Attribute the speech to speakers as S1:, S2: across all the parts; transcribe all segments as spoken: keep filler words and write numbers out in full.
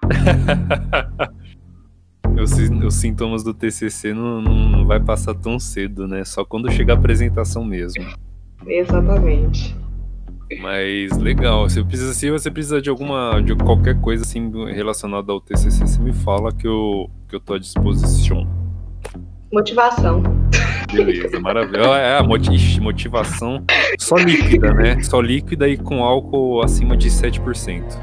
S1: Os, os sintomas do T C C não, não, não vai passar tão cedo, né? Só quando chegar a apresentação mesmo.
S2: Exatamente.
S1: Mas legal, se, precisa, se você precisar de alguma, de qualquer coisa assim relacionada ao T C C, você me fala que eu, que eu tô à disposição.
S2: Motivação.
S1: Beleza, maravilha. É, a motivação só líquida, né? Só líquida e com álcool acima de sete por cento.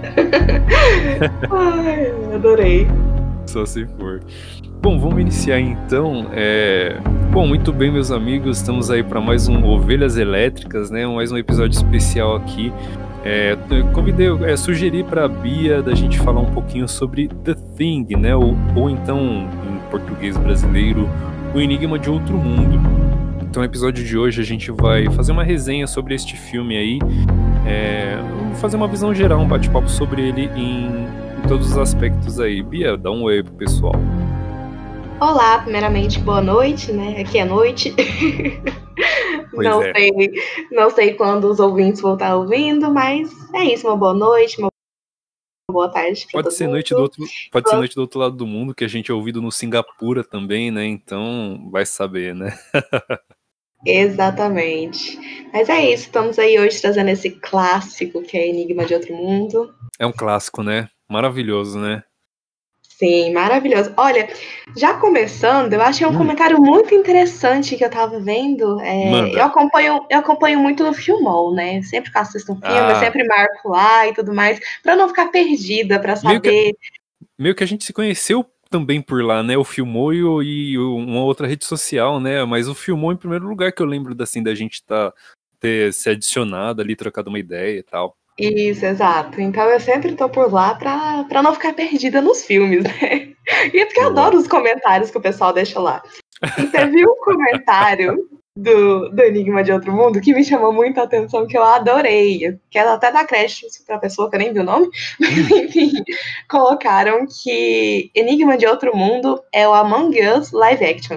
S2: Ai, adorei.
S1: Só se for. Bom, vamos iniciar então. É... Bom, muito bem, meus amigos. Estamos aí para mais um Ovelhas Elétricas, né? Mais um episódio especial aqui. É... Convidei, é, sugeri para a Bia da gente falar um pouquinho sobre The Thing, né? Ou, ou então, em português brasileiro, O Enigma de Outro Mundo. Então, no episódio de hoje a gente vai fazer uma resenha sobre este filme aí. É... Vamos fazer uma visão geral, um bate-papo sobre ele em, em todos os aspectos aí. Bia, dá um oi pro pessoal.
S2: Olá, primeiramente, boa noite, né? Aqui é noite.
S1: Pois
S2: não,
S1: é.
S2: sei, não sei quando os ouvintes vão estar ouvindo, mas é isso, uma boa noite, uma boa tarde.
S1: Pode ser, noite do outro, pode ser noite do outro lado do mundo, que a gente é ouvido no Singapura também, né? Então, vai saber, né?
S2: Exatamente. Mas é isso, estamos aí hoje trazendo esse clássico que é Enigma de Outro Mundo.
S1: É um clássico, né? Maravilhoso, né?
S2: Sim, maravilhoso. Olha, já começando, eu achei um hum. comentário muito interessante que eu tava vendo. É, eu, acompanho, eu acompanho muito no Filmol, né? Sempre que eu assisto um filme, ah. eu sempre marco lá e tudo mais, pra não ficar perdida, pra saber.
S1: Meio que, meio que a gente se conheceu também por lá, né? O Filmou e, o, e uma outra rede social, né? Mas o Filmou em primeiro lugar, que eu lembro assim, da gente tá, ter se adicionado ali, trocado uma ideia e tal.
S2: Isso, exato. Então eu sempre tô por lá pra, pra não ficar perdida nos filmes, né? E é porque eu adoro os comentários que o pessoal deixa lá. E teve um comentário do, do Enigma de Outro Mundo que me chamou muita atenção, que eu adorei. Quero até dar crédito pra pessoa que eu nem vi o nome, mas enfim, colocaram que Enigma de Outro Mundo é o Among Us live action.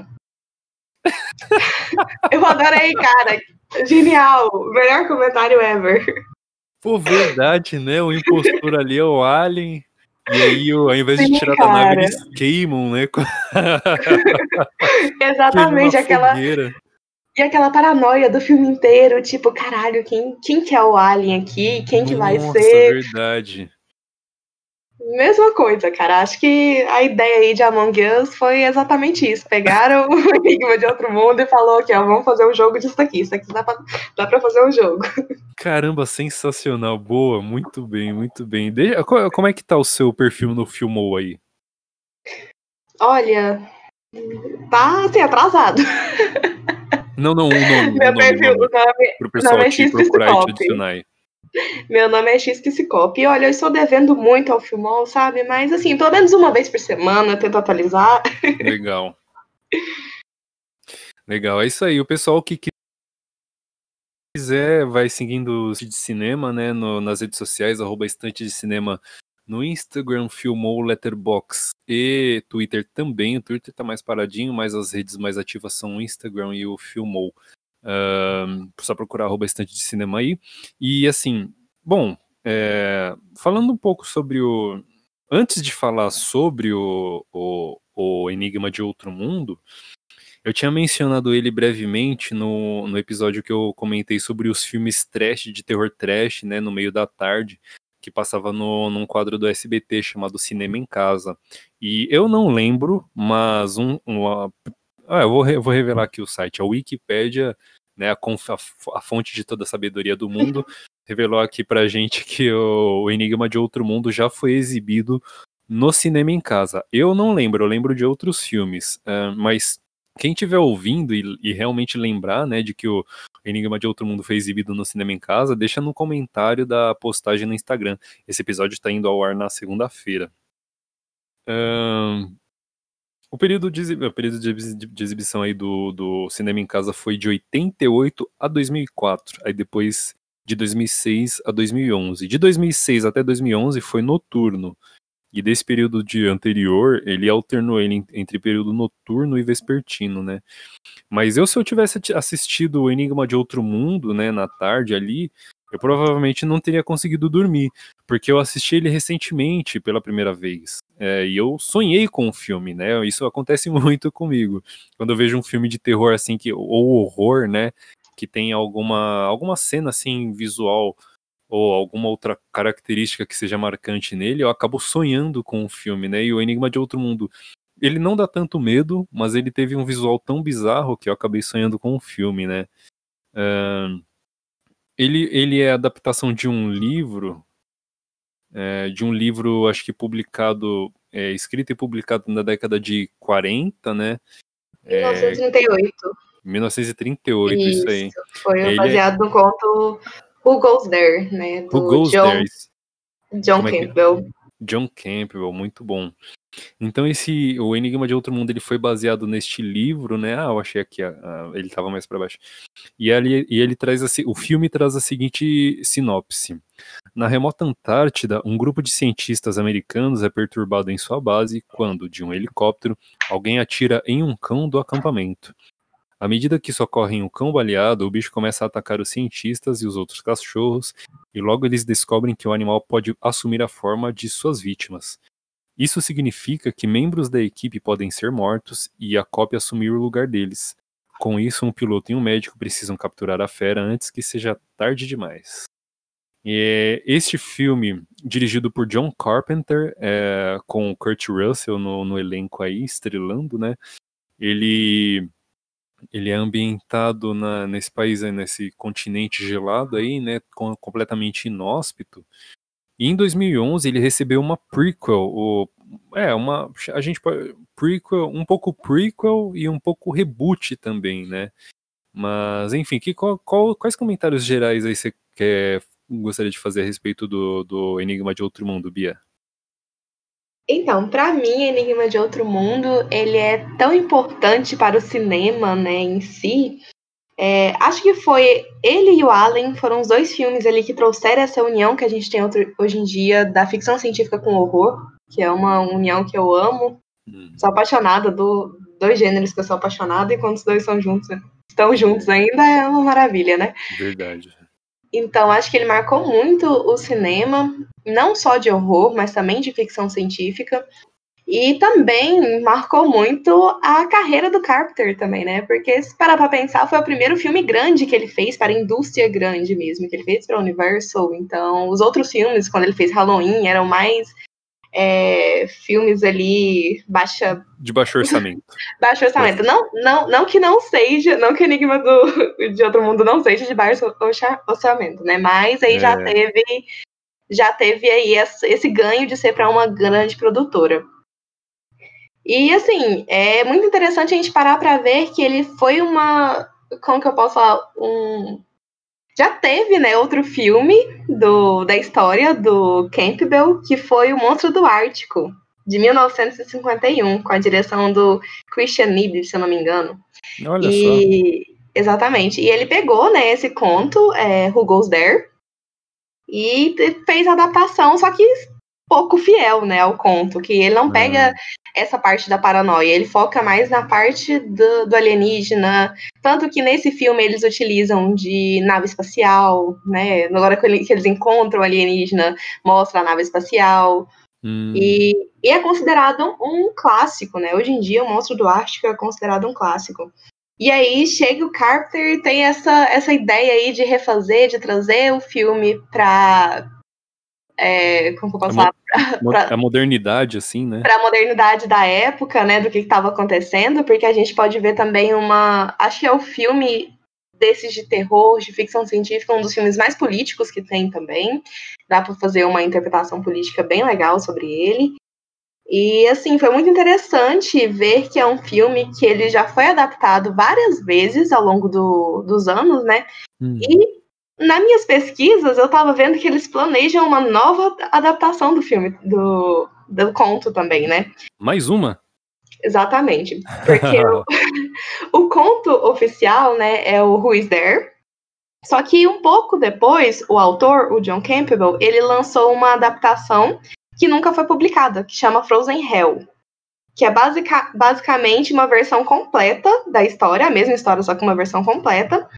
S2: Eu adorei, cara. Genial. Melhor comentário ever.
S1: Pô, verdade, né? O impostor ali é o Alien. E aí, ao invés
S2: Sim,
S1: de tirar
S2: cara.
S1: da nave, eles queimam, né?
S2: Exatamente, aquela. Fogueira. E aquela paranoia do filme inteiro, tipo, caralho, quem, quem que é o Alien aqui? Quem
S1: Nossa,
S2: que vai ser?
S1: Nossa, verdade.
S2: Mesma coisa, cara. Acho que a ideia aí de Among Us foi exatamente isso. Pegaram o Enigma de Outro Mundo e falou aqui, ó, vamos fazer um jogo disso aqui. Isso aqui dá pra, dá pra fazer um jogo.
S1: Caramba, sensacional. Boa, muito bem, muito bem. Deixa, como é que tá o seu perfil no Filmou aí?
S2: Olha, tá assim, atrasado.
S1: Não, não, o nome,
S2: Meu
S1: o nome,
S2: perfil,
S1: o nome,
S2: o nome,
S1: pro pessoal
S2: nome é
S1: te procurar e te adicionar aí.
S2: Meu nome é X Psicop. E olha, eu estou devendo muito ao Filmol, sabe? Mas assim, pelo menos uma vez por semana eu tento atualizar.
S1: Legal. Legal, é isso aí. O pessoal que quiser vai seguindo o de cinema, né? No, nas redes sociais, arroba estante de cinema no Instagram, Filmou, Letterboxd e Twitter também. O Twitter tá mais paradinho, mas as redes mais ativas são o Instagram e o Filmou. Uh, só procurar arroba estante de cinema aí. E assim, bom, é, falando um pouco sobre o... Antes de falar sobre o, o, o Enigma de Outro Mundo, eu tinha mencionado ele brevemente no, no episódio que eu comentei sobre os filmes trash, de terror trash, né, no meio da tarde, que passava no, num quadro do S B T chamado Cinema em Casa. E eu não lembro, mas um... Uma, ah, eu vou, eu vou revelar aqui o site, a Wikipédia, né, a, a, a fonte de toda a sabedoria do mundo, revelou aqui pra gente que o, o Enigma de Outro Mundo já foi exibido no Cinema em Casa. Eu não lembro, eu lembro de outros filmes, uh, mas quem estiver ouvindo e, e realmente lembrar, né, de que o Enigma de Outro Mundo foi exibido no Cinema em Casa, deixa no comentário da postagem no Instagram. Esse episódio está indo ao ar na segunda-feira. Um, o período, de, o período de, de exibição aí do, do Cinema em Casa foi de oitenta e oito a dois mil e quatro. Aí depois de dois mil e seis a dois mil e onze. De dois mil e seis até dois mil e onze foi noturno. E desse período de anterior, ele alternou ele entre período noturno e vespertino, né? Mas eu, se eu tivesse assistido o Enigma de Outro Mundo, né, na tarde ali, eu provavelmente não teria conseguido dormir, porque eu assisti ele recentemente pela primeira vez, é, e eu sonhei com o filme, né, isso acontece muito comigo, quando eu vejo um filme de terror assim, que, ou horror, né, que tem alguma, alguma cena assim visual, ou alguma outra característica que seja marcante nele, eu acabo sonhando com o filme, né, e o Enigma de Outro Mundo, ele não dá tanto medo, mas ele teve um visual tão bizarro que eu acabei sonhando com o filme, né. Uh, ele, ele é a adaptação de um livro, é, de um livro, acho que publicado, é, escrito e publicado na década de quarenta, né?
S2: mil novecentos e trinta e oito.
S1: mil novecentos e trinta e oito, isso, isso aí.
S2: Foi ele baseado é... no conto Who Goes There, né? Do
S1: Who Goes
S2: John,
S1: There?
S2: John Campbell.
S1: É John Campbell, muito bom. Então esse, o Enigma de Outro Mundo, ele foi baseado neste livro, né? Ah, eu achei aqui, ah, ele estava mais para baixo. E ele, e ele traz a, o filme traz a seguinte sinopse. Na remota Antártida, um grupo de cientistas americanos é perturbado em sua base quando, de um helicóptero, alguém atira em um cão do acampamento. À medida que isso ocorre em um cão baleado, o bicho começa a atacar os cientistas e os outros cachorros, e logo eles descobrem que o animal pode assumir a forma de suas vítimas. Isso significa que membros da equipe podem ser mortos e a cópia assumir o lugar deles. Com isso, um piloto e um médico precisam capturar a fera antes que seja tarde demais. E este filme, dirigido por John Carpenter, é, com o Kurt Russell no, no elenco aí, estrelando, né? Ele, ele é ambientado na, nesse país, nesse continente gelado aí, né? Com, completamente inóspito. E em dois mil e onze ele recebeu uma prequel, o, é, uma, a gente pode, prequel, um pouco prequel e um pouco reboot também, né? Mas, enfim, que, qual, qual, quais comentários gerais aí você quer, gostaria de fazer a respeito do, do Enigma de Outro Mundo, Bia?
S2: Então, para mim, Enigma de Outro Mundo, ele é tão importante para o cinema, né, em si. É, acho que foi ele e o Allen, foram os dois filmes ali que trouxeram essa união que a gente tem outro, hoje em dia da ficção científica com o horror, que é uma união que eu amo. Hum. Sou apaixonada do dois gêneros que eu sou apaixonada, e quando os dois são juntos, estão juntos ainda, é uma maravilha, né?
S1: Verdade.
S2: Então, acho que ele marcou muito o cinema, não só de horror, mas também de ficção científica. E também marcou muito a carreira do Carpenter também, né? Porque, se parar pra pensar, foi o primeiro filme grande que ele fez para a indústria grande mesmo, que ele fez para a Universal. Então, os outros filmes, quando ele fez Halloween, eram mais é, filmes ali baixa...
S1: de baixo orçamento.
S2: baixo orçamento. Não, não, não que não seja, não que Enigma do, de Outro Mundo não seja de baixo orçamento, né? Mas aí é. já teve, já teve aí esse ganho de ser para uma grande produtora. E, assim, é muito interessante a gente parar para ver que ele foi uma... Como que eu posso falar? Um... Já teve, né, outro filme do, da história do Campbell, que foi O Monstro do Ártico, de mil novecentos e cinquenta e um, com a direção do Christian Nibbe, se eu não me engano.
S1: Olha
S2: e... só. Exatamente. E ele pegou, né, esse conto, é, Who Goes There, e fez a adaptação, só que pouco fiel, né, ao conto, que ele não pega... Hum. essa parte da paranoia, ele foca mais na parte do, do alienígena, tanto que nesse filme eles utilizam de nave espacial, né, agora que eles encontram o alienígena, mostra a nave espacial, hum. e, e é considerado um clássico, né, hoje em dia o Monstro do Ártico é considerado um clássico. E aí chega o Carpenter e tem essa, essa ideia aí de refazer, de trazer o filme para... É, como que eu posso falar?
S1: Pra, a modernidade, assim, né?
S2: Para a modernidade da época, né? Do que estava acontecendo, porque a gente pode ver também uma... Acho que é o filme desses de terror, de ficção científica, um dos filmes mais políticos que tem também. Dá para fazer uma interpretação política bem legal sobre ele. E, assim, foi muito interessante ver que é um filme que ele já foi adaptado várias vezes ao longo do, dos anos, né? Hum. E nas minhas pesquisas, eu estava vendo que eles planejam uma nova adaptação do filme, do, do conto também, né?
S1: Mais uma?
S2: Exatamente. Porque o, o conto oficial, né, é o Who is There? Só que um pouco depois, o autor, o John Campbell, ele lançou uma adaptação que nunca foi publicada, que chama Frozen Hell. Que é basic, basicamente uma versão completa da história, a mesma história, só que uma versão completa.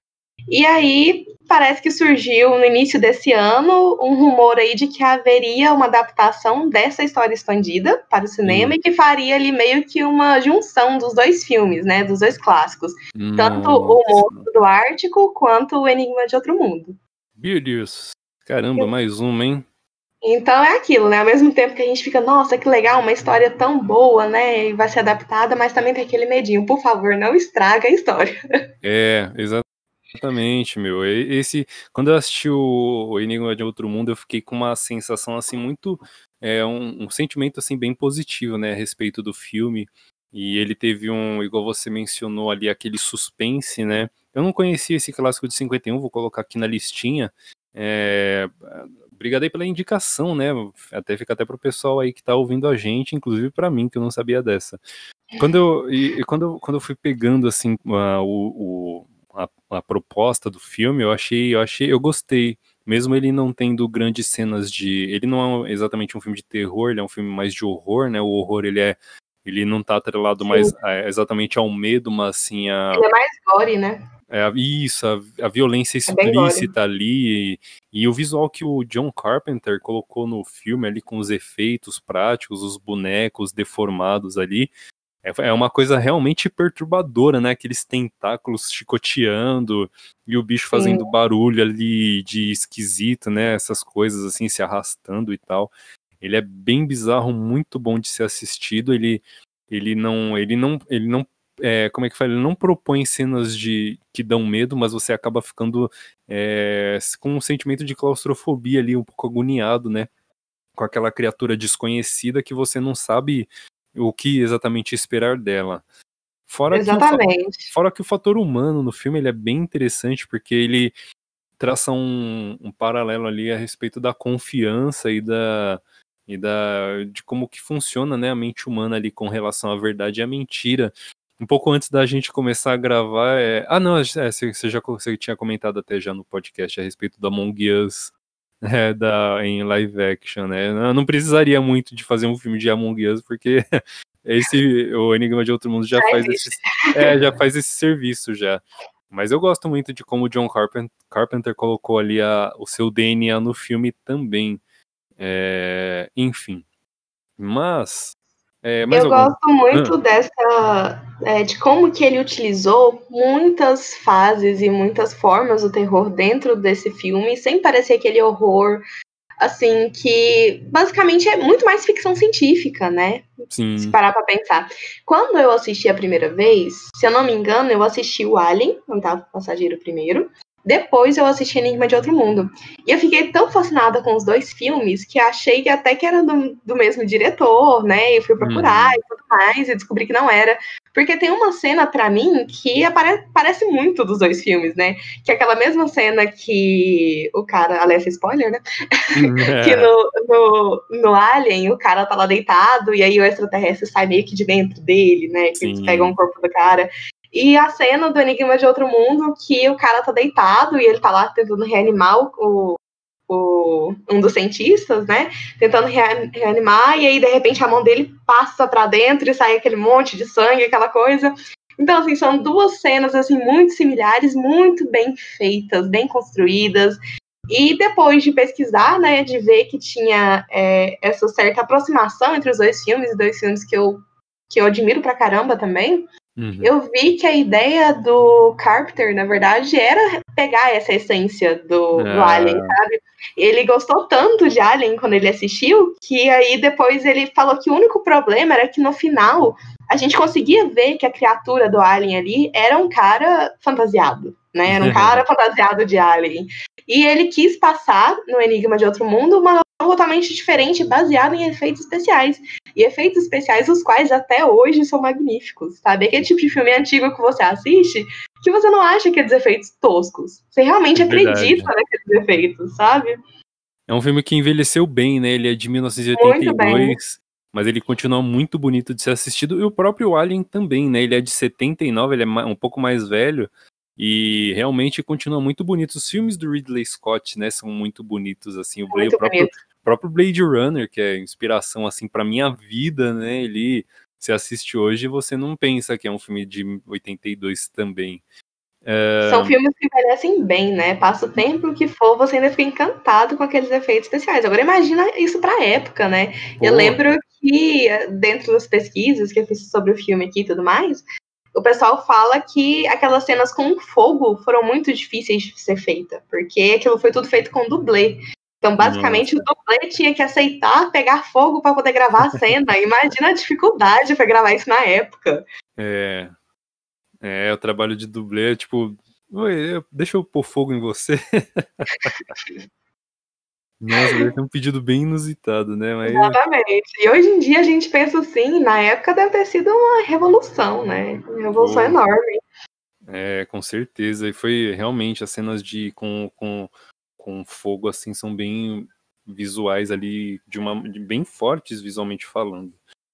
S2: E aí, parece que surgiu no início desse ano um rumor aí de que haveria uma adaptação dessa história expandida para o cinema
S1: Sim.
S2: e que faria ali meio que uma junção dos dois filmes, né, dos dois clássicos. Tanto o
S1: Nossa.
S2: Monstro do Ártico quanto o Enigma de Outro Mundo.
S1: Meu Deus. Caramba, mais uma, hein?
S2: Então é aquilo, né? Ao mesmo tempo que a gente fica, nossa, que legal, uma história tão boa, né? E vai ser adaptada, mas também tem aquele medinho. Por favor, não estraga a história.
S1: É, exatamente, meu. E- Esse, quando eu assisti o o Enigma de Outro Mundo, eu fiquei com uma sensação assim muito, é, um, um sentimento assim bem positivo, né, a respeito do filme. E ele teve um, igual você mencionou ali, aquele suspense, né? Eu não conhecia esse clássico de cinquenta e um, vou colocar aqui na listinha. É, obrigado aí pela indicação, né? Até fica até pro pessoal aí que tá ouvindo a gente, inclusive pra mim, que eu não sabia dessa. Quando eu, e, e quando eu, quando eu fui pegando assim a, o, o- a, a proposta do filme, eu achei, eu achei, eu gostei. Mesmo ele não tendo grandes cenas de, ele não é exatamente um filme de terror, ele é um filme mais de horror, né? O horror ele é, ele não tá atrelado
S2: Sim.
S1: mais a- exatamente ao medo, mas assim a,
S2: Ele é mais gore, né?
S1: é a- isso, a, a violência
S2: É bem gore.
S1: explícita ali e, e o visual que o John Carpenter colocou no filme ali com os efeitos práticos, os bonecos deformados ali. É é uma coisa realmente perturbadora, né? Aqueles tentáculos chicoteando e o bicho
S2: Sim.
S1: fazendo barulho ali de esquisito, né? Essas coisas assim se arrastando e tal. Ele é bem bizarro, muito bom de ser assistido. Ele, ele não, ele não, ele não, é, como é que fala? Ele não propõe cenas de que dão medo, mas você acaba ficando é, com um sentimento de claustrofobia ali, um pouco agoniado, né? Com aquela criatura desconhecida que você não sabe o que exatamente esperar dela. Fora que o, fa-
S2: Exatamente.
S1: fora que o fator humano no filme ele é bem interessante, porque ele traça um, um paralelo ali a respeito da confiança e da e da de como que funciona, né, a mente humana ali com relação à verdade e à mentira. Um pouco antes da gente começar a gravar, é... ah não, é, você, você já você tinha comentado até já no podcast a respeito do Among Us, é, da, em live action, né? Eu não precisaria muito de fazer um filme de Among Us, porque esse, o Enigma de Outro Mundo já
S2: Já
S1: faz esse,
S2: existe.
S1: é, já faz esse serviço já. Mas eu gosto muito de como o John Carpenter, Carpenter colocou ali a, o seu D N A no filme também. É, enfim. Mas, é, mais
S2: Eu
S1: algum?
S2: gosto
S1: Ah,
S2: muito dessa, é, de como que ele utilizou muitas fases e muitas formas do terror dentro desse filme, sem parecer aquele horror, assim, que basicamente é muito mais ficção científica, né? Se
S1: sim.
S2: parar pra pensar. Quando eu assisti a primeira vez, se eu não me engano, eu assisti o Alien, o Oitavo Passageiro primeiro. Depois eu assisti Enigma de Outro Mundo. E eu fiquei tão fascinada com os dois filmes que achei que até que era do, do mesmo diretor, né? E fui procurar
S1: Uhum.
S2: e tudo mais, e descobri que não era. Porque tem uma cena, pra mim, que apare parece muito dos dois filmes, né? Que é aquela mesma cena que o cara. Aliás, spoiler, né? Que
S1: É,
S2: no, no, no Alien, o cara tá lá deitado, e aí o extraterrestre sai meio que de dentro dele, né? Que eles pegam o
S1: sim.
S2: corpo do cara. E a cena do Enigma de Outro Mundo, que o cara tá deitado e ele tá lá tentando reanimar o, o, um dos cientistas, né? Tentando rea- reanimar, e aí, de repente, a mão dele passa pra dentro e sai aquele monte de sangue, aquela coisa. Então, assim, são duas cenas, assim, muito similares, muito bem feitas, bem construídas. E depois de pesquisar, né, de ver que tinha é, essa certa aproximação entre os dois filmes, dois filmes que eu, que eu admiro pra caramba também,
S1: Uhum.
S2: eu vi que a ideia do Carpenter, na verdade, era pegar essa essência do, do Alien,
S1: Ah,
S2: sabe? Ele gostou tanto de Alien quando ele assistiu, que aí depois ele falou que o único problema era que no final a gente conseguia ver que a criatura do Alien ali era um cara fantasiado, né? Era um cara fantasiado de Alien. E ele quis passar no Enigma de Outro Mundo uma totalmente diferente, baseada em efeitos especiais. E efeitos especiais, os quais até hoje são magníficos, sabe? Aquele tipo de filme antigo que você assiste, que você não acha aqueles efeitos toscos. Você realmente
S1: é verdade.
S2: acredita naqueles efeitos, sabe?
S1: É um filme que envelheceu bem, né? Ele é de
S2: Muito bem.
S1: mil novecentos e oitenta e dois, mas ele continua muito bonito de ser assistido. E o próprio Alien também, né? Ele é de setenta e nove, ele é ma- um pouco mais velho. E realmente continua muito bonito. Os filmes do Ridley Scott, né? São muito bonitos, assim. O, Blade, o
S2: Muito
S1: próprio,
S2: bonito.
S1: próprio Blade Runner, que é inspiração, assim, pra minha vida, né? Ele, você assiste hoje e você não pensa que é um filme de oitenta e dois também.
S2: São filmes que envelhecem bem, né? Passa o tempo que for, você ainda fica encantado com aqueles efeitos especiais. Agora imagina isso pra época, né?
S1: Pô.
S2: Eu lembro que, dentro das pesquisas que eu fiz sobre o filme aqui e tudo mais, o pessoal fala que aquelas cenas com fogo foram muito difíceis de ser feitas, porque aquilo foi tudo feito com dublê. Então, basicamente, Nossa. o dublê tinha que aceitar pegar fogo para poder gravar a cena. Imagina a dificuldade para gravar isso na época.
S1: É, é, o trabalho de dublê, tipo, oi, deixa eu pôr fogo em você. Nossa, deve ter um pedido bem inusitado, né? Mas...
S2: Exatamente. E hoje em dia a gente pensa assim, na época deve ter sido uma revolução, né? Uma revolução Pô. enorme.
S1: É, com certeza. E foi realmente as cenas de com, com, com fogo assim são bem visuais ali, de uma de bem fortes visualmente falando.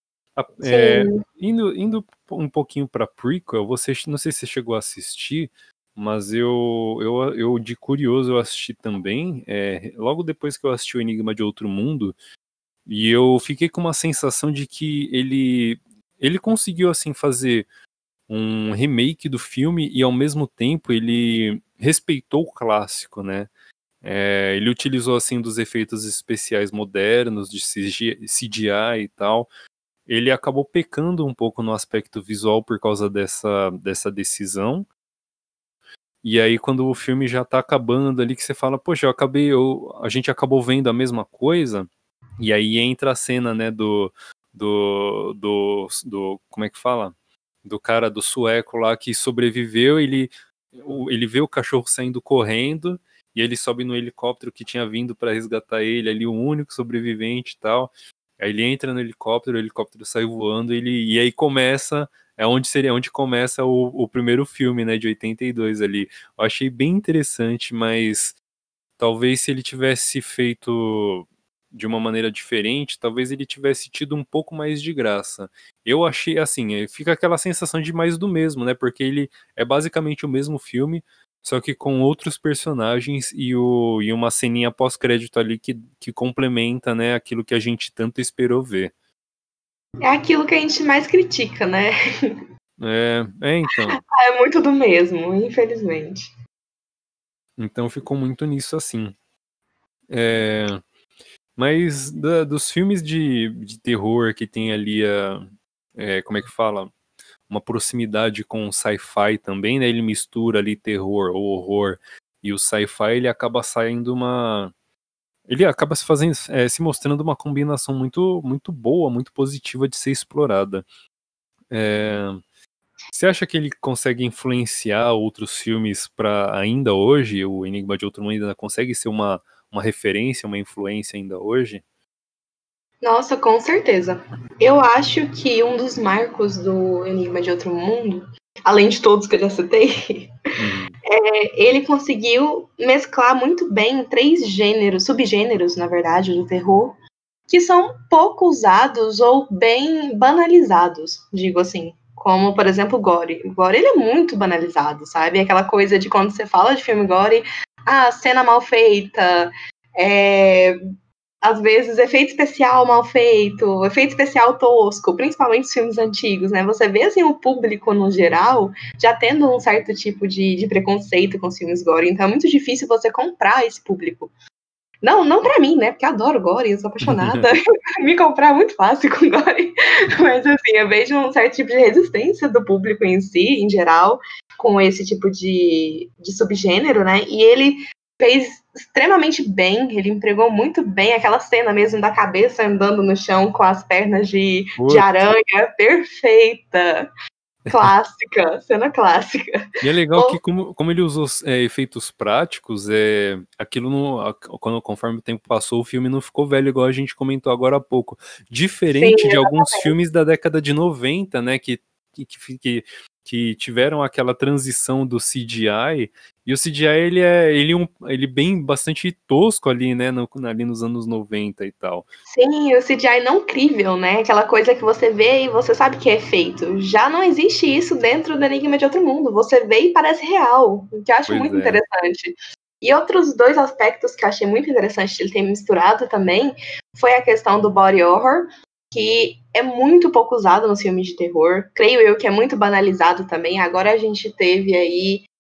S1: É, indo, indo um pouquinho para prequel, você não sei se você chegou a assistir, mas eu, eu, eu de curioso eu assisti também, é, logo depois que eu assisti o Enigma de Outro Mundo, e eu fiquei com uma sensação de que ele, ele conseguiu assim fazer um remake do filme e ao mesmo tempo ele respeitou o clássico, né? É, ele utilizou assim dos efeitos especiais modernos, de C G I e tal. Ele acabou pecando um pouco no aspecto visual por causa dessa, dessa decisão. E aí quando o filme já tá acabando ali, que você fala, poxa, eu acabei, eu, a gente acabou vendo a mesma coisa, e aí entra a cena, né, do, do, do, do como é que fala? Do cara do sueco lá que sobreviveu, ele, ele vê o cachorro saindo correndo, e ele sobe no helicóptero que tinha vindo para resgatar ele, ali o único sobrevivente e tal. Aí ele entra no helicóptero, o helicóptero sai voando, ele, e aí começa, é onde seria onde começa o, o primeiro filme, né, de oitenta e dois ali. Eu achei bem interessante, mas talvez se ele tivesse feito de uma maneira diferente, talvez ele tivesse tido um pouco mais de graça. Eu achei, assim, fica aquela sensação de mais do mesmo, né, porque ele é basicamente o mesmo filme, só que com outros personagens e, o, e uma ceninha pós-crédito ali que, que complementa, né, aquilo que a gente tanto esperou ver.
S2: É aquilo que a gente mais critica, né?
S1: É, é então.
S2: É muito do mesmo, infelizmente.
S1: Então ficou muito nisso assim. É, mas da, dos filmes de, de terror que tem ali a... É, como é que fala? Uma proximidade com o sci-fi também, né? Ele mistura ali terror ou horror e o sci-fi, ele acaba saindo uma... Ele acaba se fazendo, é, se mostrando uma combinação muito, muito boa, muito positiva de ser explorada. É... Você acha que ele consegue influenciar outros filmes para ainda hoje? O Enigma de Outro Mundo ainda consegue ser uma, uma referência, uma influência ainda hoje?
S2: Nossa, com certeza. Eu acho que um dos marcos do Enigma de Outro Mundo, além de todos que eu já citei, uhum. é, ele conseguiu mesclar muito bem três gêneros, subgêneros, na verdade, do terror, que são pouco usados ou bem banalizados, digo assim. Como, por exemplo, o gore. O gore, ele é muito banalizado, sabe? Aquela coisa de quando você fala de filme gore, ah, cena mal feita, é... às vezes efeito especial mal feito, efeito especial tosco, principalmente os filmes antigos, né? Você vê, assim, o público, no geral, já tendo um certo tipo de, de preconceito com os filmes gore, então é muito difícil você comprar esse público. Não, não pra mim, né? Porque eu adoro gore, eu sou apaixonada. Me comprar é muito fácil com gore. Mas, assim, eu vejo um certo tipo de resistência do público em si, em geral, com esse tipo de, de subgênero, né? E ele fez extremamente bem, ele empregou muito bem aquela cena mesmo da cabeça andando no chão com as pernas de, de aranha, perfeita. Clássica, cena clássica.
S1: E é legal Ou... que como, como ele usou é, efeitos práticos, é, aquilo não, quando, conforme o tempo passou, o filme não ficou velho, igual a gente comentou agora há pouco. Diferente Sim, de alguns filmes da década de noventa, né, que, que, que, que tiveram aquela transição do C G I, e o C G I ele é ele, um, ele bem bastante tosco ali, né, no, ali nos anos noventa e tal.
S2: Sim, o C G I não crível, né, aquela coisa que você vê e você sabe que é feito. Já não existe isso dentro do Enigma de Outro Mundo, você vê e parece real, o que eu acho pois muito é. interessante. E outros dois aspectos que eu achei muito interessante de ele ter misturado também foi a questão do body horror, que é muito pouco usado nos filmes de terror. Creio eu que é muito banalizado também. Agora a gente teve aí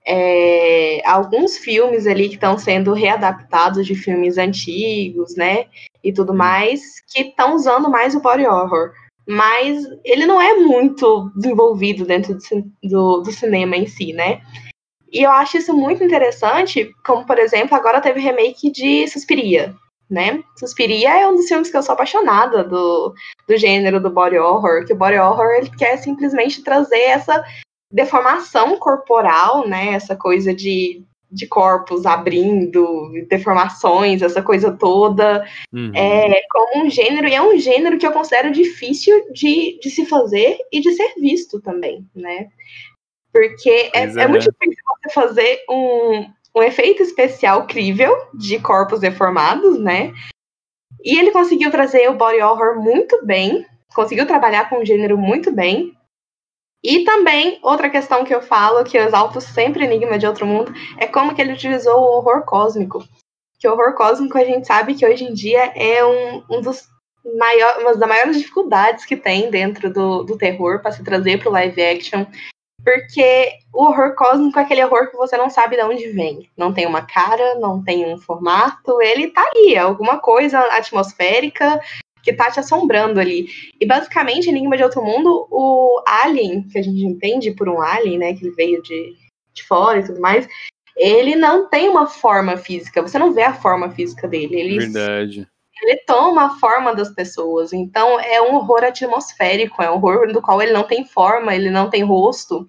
S2: é, alguns filmes ali que estão sendo readaptados de filmes antigos, né, e tudo mais, que estão usando mais o body horror. Mas ele não é muito desenvolvido dentro do, do, do cinema em si, né? E eu acho isso muito interessante, como, por exemplo, agora teve remake de Suspiria, né? Suspiria é um dos filmes que eu sou apaixonada do, do gênero do body horror, que o body horror ele quer simplesmente trazer essa deformação corporal, né? Essa coisa de, de corpos abrindo, deformações, essa coisa toda, uhum. é, como um gênero, e é um gênero que eu considero difícil de, de se fazer e de ser visto também, né? Porque é, é. é muito difícil você fazer um, um efeito especial crível de corpos deformados, né? E ele conseguiu trazer o body horror muito bem, conseguiu trabalhar com o gênero muito bem. E também, outra questão que eu falo, que eu exalto sempre Enigma de Outro Mundo, é como que ele utilizou o horror cósmico. Que o horror cósmico, a gente sabe que hoje em dia é um, um dos maiores, uma das maiores dificuldades que tem dentro do, do terror para se trazer para o live action. Porque o horror cósmico é aquele horror que você não sabe de onde vem. Não tem uma cara, não tem um formato, ele tá ali, é alguma coisa atmosférica que tá te assombrando ali. E basicamente, Enigma de Outro Mundo, o alien, que a gente entende por um alien, né, que ele veio de, de fora e tudo mais, ele não tem uma forma física, você não vê a forma física dele. Ele,
S1: Verdade.
S2: Ele toma a forma das pessoas, então é um horror atmosférico, é um horror do qual ele não tem forma, ele não tem rosto.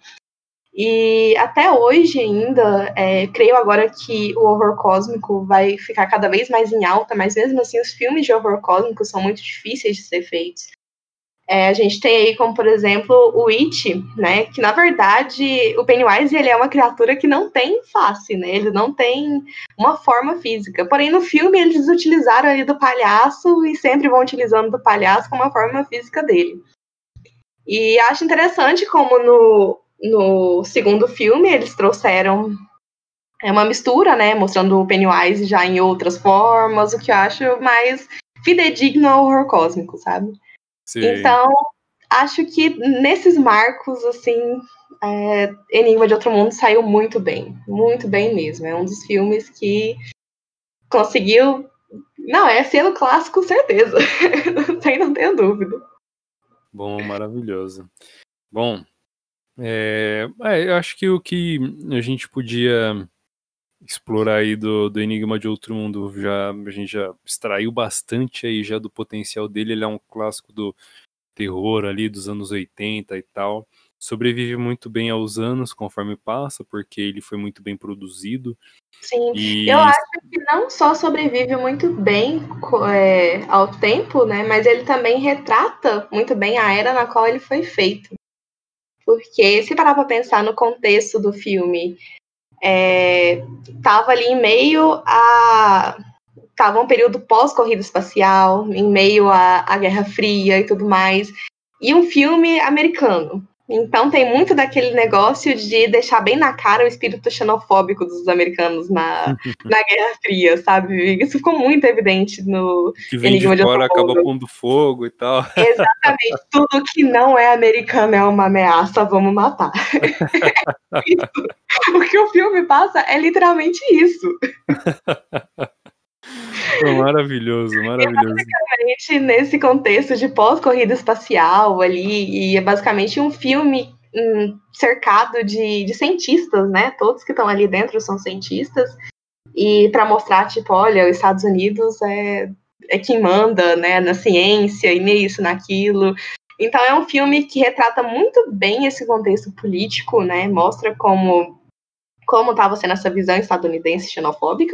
S2: E até hoje ainda, é, creio agora que o horror cósmico vai ficar cada vez mais em alta, mas mesmo assim os filmes de horror cósmico são muito difíceis de ser feitos. É, a gente tem aí como, por exemplo, o It, né, que na verdade o Pennywise ele é uma criatura que não tem face, né, ele não tem uma forma física, porém no filme eles utilizaram ali do palhaço e sempre vão utilizando do palhaço como a forma física dele. E acho interessante como no, no segundo filme eles trouxeram é, uma mistura, né, mostrando o Pennywise já em outras formas, o que eu acho mais fidedigno ao horror cósmico, sabe? Sim. Então, acho que nesses marcos, assim, é, Enigma de Outro Mundo saiu muito bem. Muito bem mesmo. É um dos filmes que conseguiu... Não, é selo clássico, certeza. Sem não ter dúvida.
S1: Bom, maravilhoso. Bom, é, é, eu acho que o que a gente podia explorar aí do, do Enigma de Outro Mundo, já, a gente já extraiu bastante aí já do potencial dele. Ele é um clássico do terror ali dos anos oitenta e tal, sobrevive muito bem aos anos conforme passa, porque ele foi muito bem produzido.
S2: Sim, e... eu acho que não só sobrevive muito bem é, ao tempo, né, mas ele também retrata muito bem a era na qual ele foi feito. Porque se parar para pensar no contexto do filme, é, tava ali em meio a... Tava um período pós-corrida espacial, em meio à, à Guerra Fria e tudo mais, e um filme americano. Então tem muito daquele negócio de deixar bem na cara o espírito xenofóbico dos americanos na, na Guerra Fria, sabe? Isso ficou muito evidente no
S1: que vem Enigma de fora, acaba pondo fogo e tal.
S2: Exatamente. Tudo que não é americano é uma ameaça, vamos matar. O que o filme passa é literalmente isso.
S1: Maravilhoso, maravilhoso.
S2: E basicamente, nesse contexto de pós-corrida espacial ali, e é basicamente um filme hum, cercado de, de cientistas, né? Todos que estão ali dentro são cientistas, e para mostrar, tipo, olha, os Estados Unidos é, é quem manda, né, na ciência, e nisso, naquilo. Então é um filme que retrata muito bem esse contexto político, né? Mostra como como estava sendo essa visão estadunidense xenofóbica.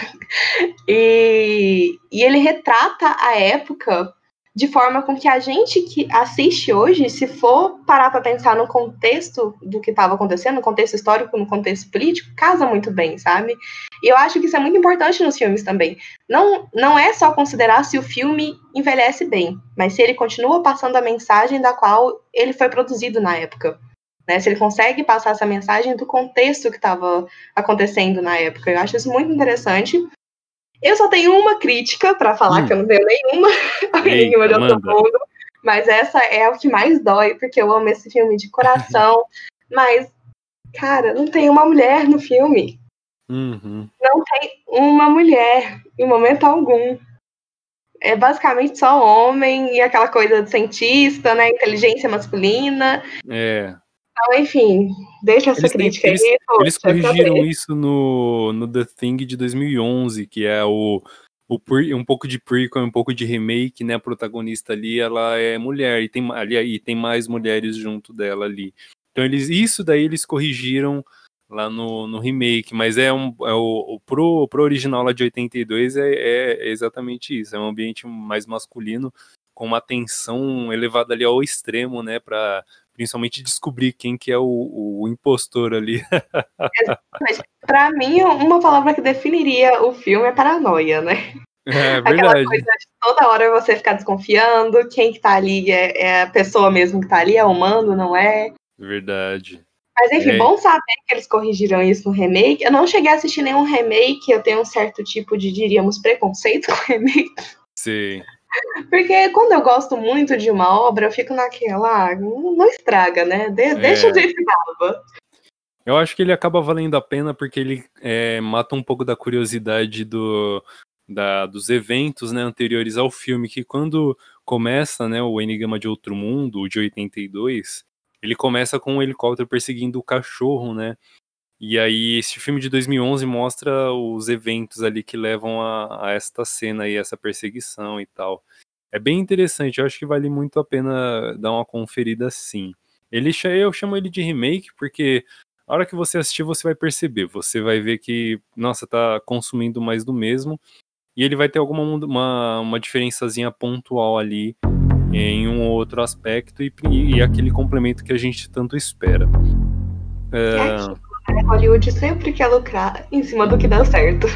S2: E, e ele retrata a época de forma com que a gente que assiste hoje, se for parar para pensar no contexto do que estava acontecendo, no contexto histórico, no contexto político, casa muito bem, sabe? E eu acho que isso é muito importante nos filmes também. Não, não é só considerar se o filme envelhece bem, mas se ele continua passando a mensagem da qual ele foi produzido na época. Né, se ele consegue passar essa mensagem do contexto que estava acontecendo na época. Eu acho isso muito interessante. Eu só tenho uma crítica para falar, hum. que eu não tenho nenhuma Enigma de Outro Mundo, mas essa é o que mais dói, porque eu amo esse filme de coração, mas Cara, não tem uma mulher no filme.
S1: Uhum.
S2: Não tem uma mulher em momento algum. É basicamente só homem e aquela coisa de cientista, né? Inteligência masculina.
S1: É.
S2: Então, enfim, deixa essa
S1: Eles, têm,
S2: crítica
S1: eles,
S2: aí,
S1: eles
S2: poxa,
S1: corrigiram
S2: cadê?
S1: isso no, no The Thing de dois mil e onze, que é o, o pre, um pouco de prequel, um pouco de remake, né? A protagonista ali, ela é mulher, e tem, ali, e tem mais mulheres junto dela ali. Então, eles, isso daí eles corrigiram lá no, no remake, mas é, um, é o, o pro, pro original lá de oitenta e dois é, é exatamente isso, é um ambiente mais masculino, com uma tensão elevada ali ao extremo, né, pra principalmente descobrir quem que é o, o impostor ali.
S2: Mas, pra mim, uma palavra que definiria o filme é paranoia, né?
S1: É
S2: Aquela
S1: verdade.
S2: coisa de toda hora você ficar desconfiando, quem que tá ali é, é a pessoa mesmo que tá ali, é humano, não é?
S1: Verdade.
S2: Mas enfim,
S1: É,
S2: bom saber que eles corrigiram isso no remake. Eu não cheguei a assistir nenhum remake, eu tenho um certo tipo de, diríamos, preconceito com remake.
S1: sim.
S2: Porque quando eu gosto muito de uma obra, eu fico naquela, ah, não, não estraga, né? De, deixa
S1: É,
S2: do jeito que tava.
S1: eu acho que ele acaba valendo a pena porque ele é, mata um pouco da curiosidade do, da, dos eventos, né, anteriores ao filme, que quando começa, né, o Enigma de Outro Mundo, o de oitenta e dois, ele começa com um helicóptero perseguindo o cachorro, né? E aí esse filme de dois mil e onze mostra os eventos ali que levam a, a esta cena e essa perseguição e tal. É bem interessante, eu acho que vale muito a pena dar uma conferida sim. Ele, eu chamo ele de remake porque a hora que você assistir você vai perceber, você vai ver que, nossa, tá consumindo mais do mesmo, e ele vai ter alguma uma, uma diferençazinha pontual ali em um ou outro aspecto e, e aquele complemento que a gente tanto espera.
S2: É aquilo, né? Hollywood sempre quer lucrar em cima do que dá certo.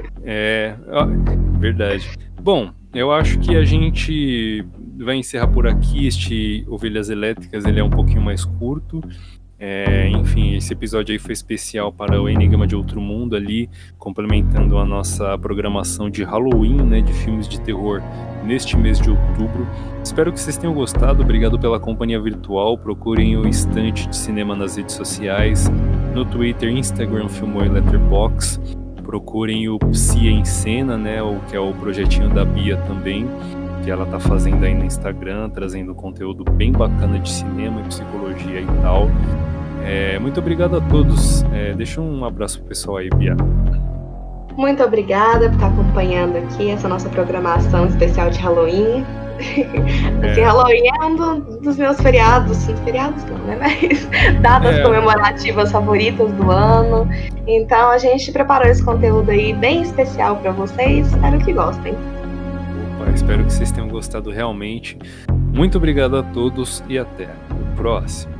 S1: É, verdade. Bom, eu acho que a gente vai encerrar por aqui. Este Ovelhas Elétricas, ele é um pouquinho mais curto. É, enfim, esse episódio aí foi especial para o Enigma de Outro Mundo ali, complementando a nossa programação de Halloween, né, de filmes de terror neste mês de outubro. Espero que vocês tenham gostado, obrigado pela companhia virtual. Procurem o Estante de Cinema nas redes sociais, no Twitter, Instagram, Filmou e Letterboxd. Procurem o Psia em Cena, né, o que é o projetinho da Bia também, que ela tá fazendo aí no Instagram, trazendo conteúdo bem bacana de cinema e psicologia e tal. É, muito obrigado a todos. É, deixa um abraço pro pessoal aí, Bia.
S2: Muito obrigada por estar acompanhando aqui essa nossa programação especial de Halloween. É. Assim, Halloween é um dos meus feriados, feriados não, né? Mas datas é. comemorativas favoritas do ano. Então a gente preparou esse conteúdo aí bem especial para vocês. Espero que gostem.
S1: Opa, espero que vocês tenham gostado realmente. Muito obrigado a todos e até o próximo.